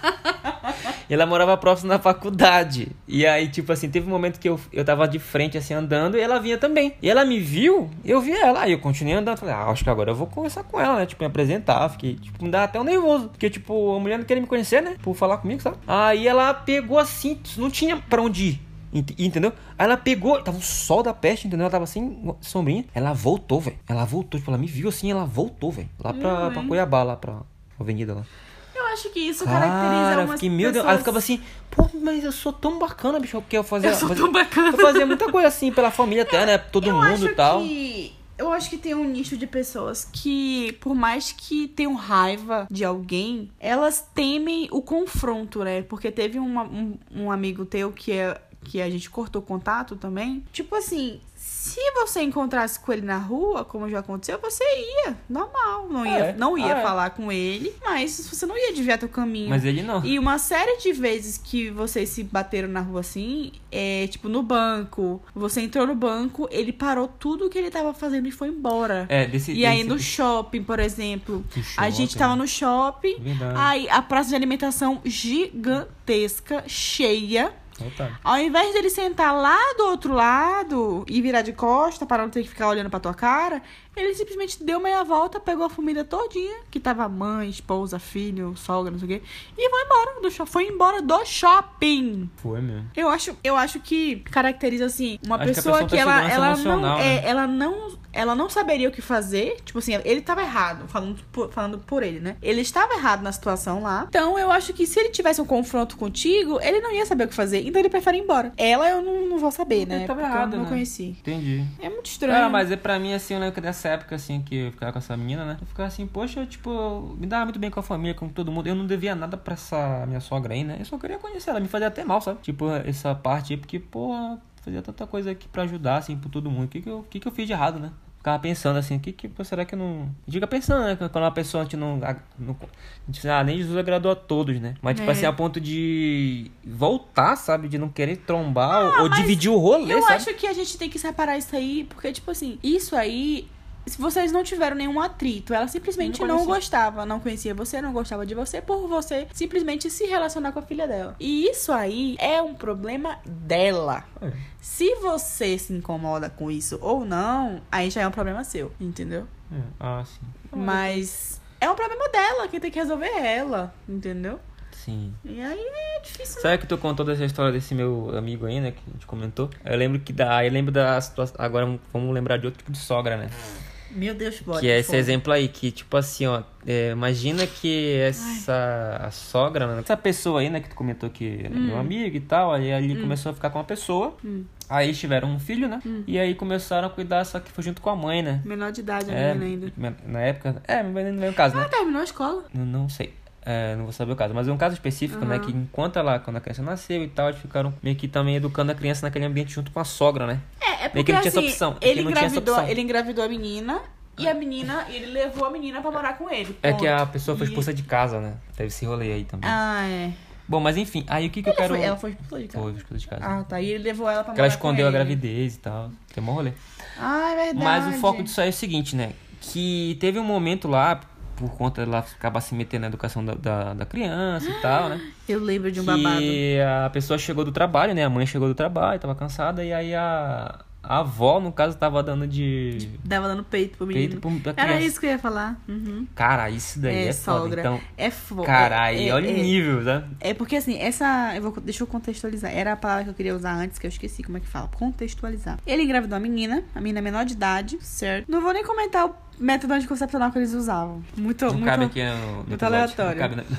ela morava próximo da faculdade. E aí, tipo assim, teve um momento que eu, eu tava de frente, assim, andando, e ela vinha também. E ela me viu, eu vi ela. Aí eu continuei andando, falei, ah, acho que agora eu vou conversar com ela, né? Tipo, me apresentar. Fiquei, tipo, me dava até um nervoso. Porque, tipo, a mulher não queria me conhecer, né? Por falar comigo, sabe? Aí ela pegou assim, não tinha pra onde ir. Entendeu? Aí ela pegou, tava o sol da peste, entendeu? Ela tava assim, sombrinha. Ela voltou, velho. Ela voltou, tipo, ela me viu assim, ela voltou, velho. Lá pra, pra Cuiabá, lá pra avenida lá. Eu acho que isso cara, caracteriza umas fiquei, meu pessoas... Deus. Aí eu ficava assim, pô, mas eu sou tão bacana, bicho, porque eu fazia... Eu sou fazia, tão bacana. Eu fazia muita coisa assim, pela família até, né? Todo eu mundo e tal. Que... Eu acho que tem um nicho de pessoas que, por mais que tenham raiva de alguém, elas temem o confronto, né? Porque teve uma, um, um amigo teu que, é, que a gente cortou contato também. Tipo assim, Se você encontrasse com ele na rua, como já aconteceu, você ia, normal. Não ia, é. não ia ah, falar é. com ele, mas você não ia desviar teu caminho. Mas ele não. E uma série de vezes que vocês se bateram na rua assim, é tipo no banco, você entrou no banco, ele parou tudo o que ele tava fazendo e foi embora. É, desse, e aí desse... no shopping, por exemplo, shopping. a gente tava no shopping, Verdade. aí a praça de alimentação gigantesca, cheia. Voltado. Ao invés dele sentar lá do outro lado e virar de costa para não ter que ficar olhando pra tua cara, ele simplesmente deu meia volta, pegou a família todinha, que tava mãe, esposa, filho, sogra, não sei o quê, e foi embora do shopping. Foi embora do shopping. Foi mesmo. Eu acho, eu acho que caracteriza assim uma acho pessoa que, que, a pessoa que ela, ela não né? é, ela não ela não saberia o que fazer. Tipo assim, ele tava errado, falando por, falando por ele, né? Ele estava errado na situação lá. Então eu acho que se ele tivesse um confronto contigo, ele não ia saber o que fazer. Então ele prefere ir embora. Ela eu não, não vou saber, né? Ele tava Porque errado, eu não né? conheci. Entendi. É muito estranho. Ah, mas é pra mim, assim, eu lembro que dessa época, assim, que eu ficava com essa menina, né? Eu ficava assim, poxa, eu, tipo, eu me dava muito bem com a família, com todo mundo. Eu não devia nada pra essa minha sogra aí, né? Eu só queria conhecer ela, me fazia até mal, sabe? Tipo, essa parte aí, porque, pô, fazia tanta coisa aqui pra ajudar, assim, por todo mundo. O que que eu, o que que eu fiz de errado, né? Ficava pensando assim, o que que, pô, será que eu não... Fica pensando, né? Quando uma pessoa, a gente não... não a gente, ah, nem Jesus agradou a todos, né? Mas, tipo É. assim, a ponto de voltar, sabe? De não querer trombar Ah, ou mas dividir o rolê, Eu sabe? acho que a gente tem que separar isso aí, porque, tipo assim, isso aí, se vocês não tiveram nenhum atrito, ela simplesmente Não não, conhecia. gostava, não conhecia você, não gostava de você, por você simplesmente se relacionar com a filha dela. E isso aí é um problema dela. É. Se você se incomoda com isso ou não, aí já é um problema seu, entendeu? É. Ah, sim. Mas é um problema dela, quem tem que resolver é ela, entendeu? Sim. E aí é difícil, né? Sabe que tu contou dessa história desse meu amigo aí, né? Que a gente comentou? Eu lembro que da... Eu lembro da situação... Agora vamos lembrar de outro tipo de sogra, né? Meu Deus, bora. Que é esse exemplo aí, que tipo assim, ó, é, imagina que essa a sogra, né, essa pessoa aí, né, que tu comentou que era Hum. meu amigo e tal, aí ali começou a ficar com uma pessoa, Hum. aí tiveram um filho, né, Hum. e aí começaram a cuidar, só que foi junto com a mãe, né. Menor de idade a É, menina ainda. na época, é, mas não é o caso, Ah, né, terminou a escola. não, não sei. É, não vou saber o caso, mas é um caso específico, né? Uhum. Que enquanto ela, quando a criança nasceu e tal, eles ficaram meio que também educando a criança naquele ambiente junto com a sogra, né? É, é Meio porque que não tinha assim, essa opção, é que ele não tinha essa engravidou, opção. ele engravidou a menina e a menina, ele levou a menina pra morar com ele. É ponto. que a pessoa foi E- expulsa de casa, né? Teve esse rolê aí também. Ah, é. Bom, mas enfim, aí o que que eu Ela quero... foi, ela foi expulsa de casa. Foi, expulsa de casa. Ah, tá. E ele levou ela pra Porque ela morar com escondeu a ele. gravidez e tal. Tem um rolê. Ah, é verdade. Mas o foco disso aí é o seguinte, né? Que teve um momento lá, por conta dela acabar se metendo na educação da, da, da criança e tal, né? Eu lembro de um babado. Que a pessoa chegou do trabalho, né? A mãe chegou do trabalho, tava cansada, e aí a, a avó, no caso, tava dando de... Dava dando peito pro menino. Peito pro- pra Era criança. isso que eu ia falar. Uhum. Cara, isso daí é, É, foda. sogra. Então, É foda. caralho, é, olha é, o nível, né? É porque assim, essa. Eu vou, deixa eu contextualizar. Era a palavra que eu queria usar antes, que eu esqueci como é que fala. Contextualizar. Ele engravidou a menina, a menina menor de idade, certo? Não vou nem comentar o método anticoncepcional que eles usavam. Muito, Não muito, cabe aqui no, no muito episódio, aleatório. Não cabe, né?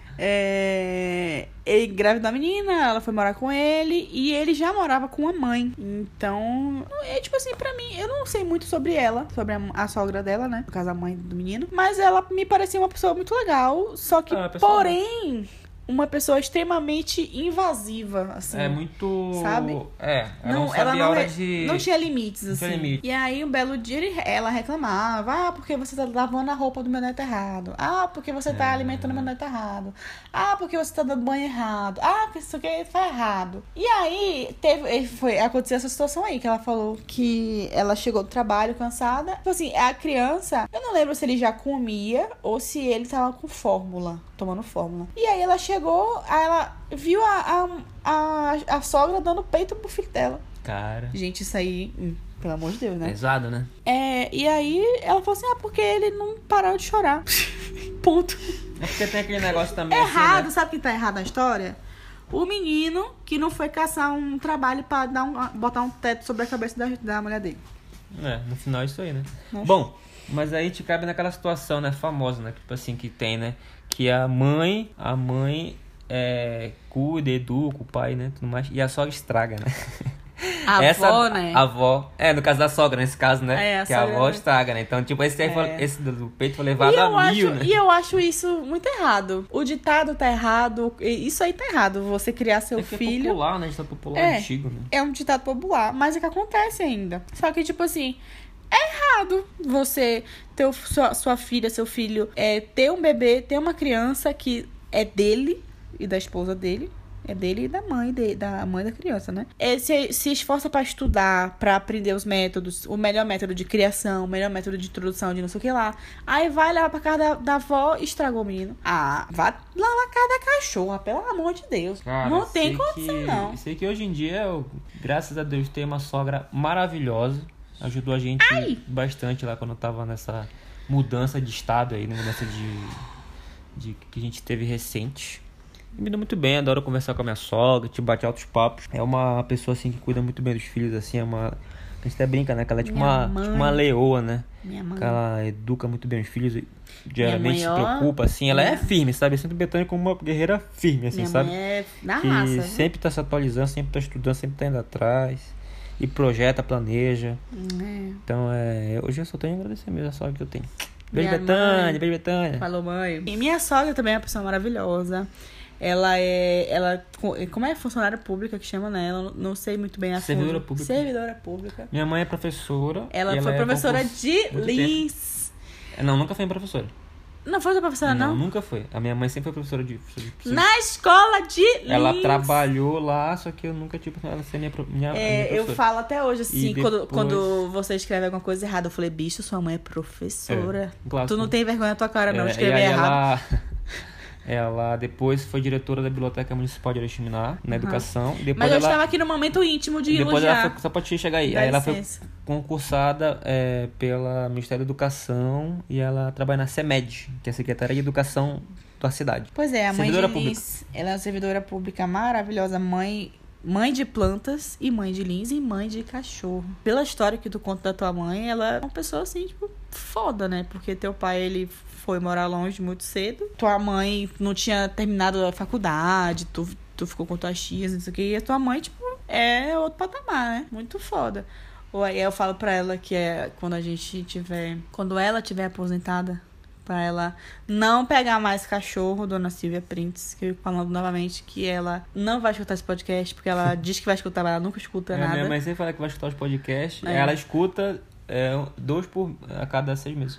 É... Ele engravidou a menina, ela foi morar com ele e ele já morava com a mãe. Então, é tipo assim, pra mim, eu não sei muito sobre ela, sobre a, a sogra dela, né? No caso, a mãe do menino. Mas ela me parecia uma pessoa muito legal, só que, Ah, pessoa porém, uma pessoa extremamente invasiva, assim. É muito... Sabe? É, ela não, Não, sabia ela a não, hora re- de... não tinha limites, Não assim. tinha limite. E aí, um belo dia, ele- ela reclamava. Ah, porque você tá lavando a roupa do meu neto errado. Ah, porque você tá É. alimentando meu neto errado. Ah, porque você tá dando banho errado. Ah, porque isso aqui tá errado. E aí, teve, foi, aconteceu essa situação aí, que ela falou que ela chegou do trabalho cansada. Tipo assim, a criança, eu não lembro se ele já comia ou se ele tava com fórmula, tomando fórmula. E aí, ela chegou, aí ela viu a, a, a, a sogra dando peito pro filho dela. Cara, Gente, isso aí, hum, pelo amor de Deus, né? pesado, né? É, e aí ela falou assim: ah, porque ele não parou de chorar. Ponto. É porque tem aquele negócio também Errado, assim, sabe quem tá errado na história? O menino que não foi caçar um trabalho pra dar um, botar um teto sobre a cabeça da, da mulher dele. né? É, no final é isso aí, né? Nossa. Bom, mas aí te cabe naquela situação, né? Famosa, né? Tipo assim, que tem, né? Que a mãe, a mãe é, cuida, educa o pai, né? Tudo mais. E a sogra estraga, né? A essa, avó, né? A avó. É, no caso da sogra, nesse caso, né? É, a que a avó sogra... estraga, né? Então, tipo, esse, aí É. foi, esse do, do peito foi levado E a eu, mil, acho, né? e eu acho isso muito errado. O ditado tá errado. Isso aí tá errado. Você criar seu é que filho. É popular, né? A gente tá popular É. antigo, né? É um ditado popular, mas é que acontece ainda. Só que, tipo assim, é errado você ter sua, sua filha, seu filho, é, ter um bebê, ter uma criança que é dele e da esposa dele. É dele e da mãe, de, da mãe da criança, né? É, se, se esforça pra estudar, pra aprender os métodos, o melhor método de criação, o melhor método de introdução, de não sei o que lá. Aí vai lá pra casa da, da avó e estragou o menino. Ah, vai lá na casa da cachorra, pelo amor de Deus. Cara, não tem sei condição, que, não. Sei que hoje em dia, eu, graças a Deus, tem uma sogra maravilhosa. Ajudou a gente Ai. bastante lá quando eu tava nessa mudança de estado aí, né? Mudança de, de que a gente teve recente. Me dá muito bem, adoro conversar com a minha sogra, te bate altos papos. É uma pessoa assim que cuida muito bem dos filhos, assim, é uma. A gente até brinca, né? Que ela é tipo, uma, tipo uma leoa, né? Minha mãe. Que ela educa muito bem os filhos. Geralmente se mãe, ó, preocupa, assim. Ela minha... é firme, sabe? Eu sinto Betânia como uma guerreira firme, assim, minha sabe? Mãe é na que raça, sempre tá se atualizando, sempre tá estudando, sempre tá indo atrás. E projeta, planeja. É. Então, é. Hoje eu só tenho a agradecer mesmo a sogra que eu tenho. Beijo, Minha Betânia, mãe. beijo, Betânia. Falou, mãe. E minha sogra também é uma pessoa maravilhosa. Ela é. Ela, como é funcionária pública que chama, né? Ela não sei muito bem a Servidora fundo. pública. Servidora pública. Minha mãe é professora. Ela e foi ela professora é concurso... de muito Lins. tempo. Não, nunca foi professora. Não foi professora, não? Não, nunca foi. A minha mãe sempre foi professora de. de... Na escola de Lins. Ela trabalhou lá, só que eu nunca tive ela ser minha, minha, É, minha eu falo até hoje, assim, E quando, depois- quando você escreve alguma coisa errada, eu falei, bicho, sua mãe é professora. É, um clássico. Tu não tem vergonha na tua cara, não, de É, escrever e aí errado. Ela, ela depois foi diretora da Biblioteca Municipal de Ariximiná, na educação. E depois Mas eu ela, estava aqui no momento íntimo de depois elogiar. ela foi, só pra te chegar aí. Dá aí ela foi licença. concursada é, pela Ministério da Educação e ela trabalha na SEMED, que é a Secretaria de Educação da cidade. Pois é, a mãe de Servidora Lins, ela é uma servidora pública maravilhosa, mãe, mãe de plantas e mãe de Lins e mãe de cachorro. Pela história que tu conta da tua mãe, ela é uma pessoa assim, tipo, foda, né? Porque teu pai, ele foi morar longe muito cedo. Tua mãe não tinha terminado a faculdade, tu, tu ficou com tuas tias, não sei o que. E a tua mãe, tipo, é outro patamar, né? Muito foda. Ou aí eu falo pra ela que é quando a gente tiver... Quando ela tiver aposentada, pra ela não pegar mais cachorro, dona Silvia Printes, que eu falando novamente que ela não vai escutar esse podcast, porque ela diz que vai escutar, mas ela nunca escuta É, nada. minha mãe sempre fala que vai escutar os podcasts. É. Ela escuta é, dois por a cada seis meses.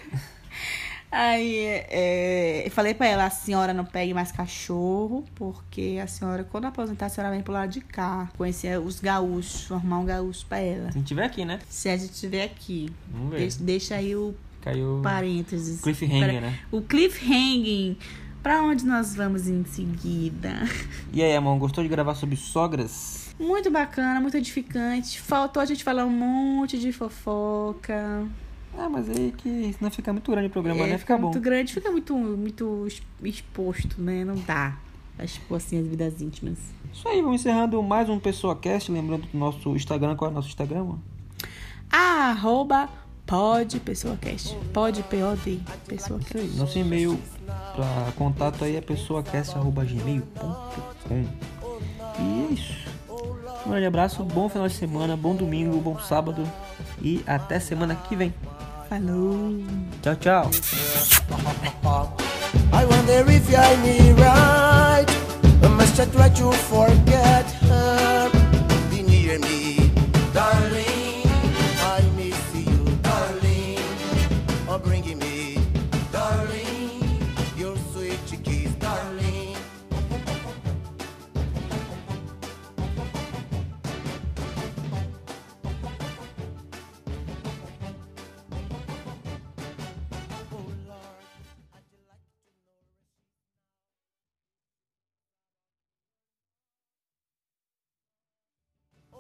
Aí, é, eu falei pra ela, a senhora não pegue mais cachorro, porque a senhora, quando aposentar, a senhora vem pro lado de cá, conhecer os gaúchos, formar um gaúcho pra ela. Se tiver aqui, né? Se a gente estiver aqui, Vamos ver. deixa, deixa aí o Caiu parênteses. cliffhanger, Pra- né? O cliffhanging. Pra onde nós vamos em seguida? E aí, amor, gostou de gravar sobre sogras? Muito bacana, muito edificante. Faltou a gente falar um monte de fofoca. Ah, mas aí que senão fica muito grande o programa, É, né? Fica bom. muito grande, fica muito, muito es- exposto, né? Não dá pra expor assim as vidas íntimas. Isso aí, vamos encerrando mais um PessoaCast. Lembrando do nosso Instagram. Qual é o nosso Instagram, amor? Arroba pode PessoaCast. Pode, P O D, Isso PessoaCast. aí. Nosso e-mail pra contato aí é pessoacast arroba gmail ponto com. E é isso. Um grande abraço, bom final de semana, bom domingo, bom sábado. E até semana que vem. Falou! Tchau, tchau. I wonder if you me right. I must try to forget.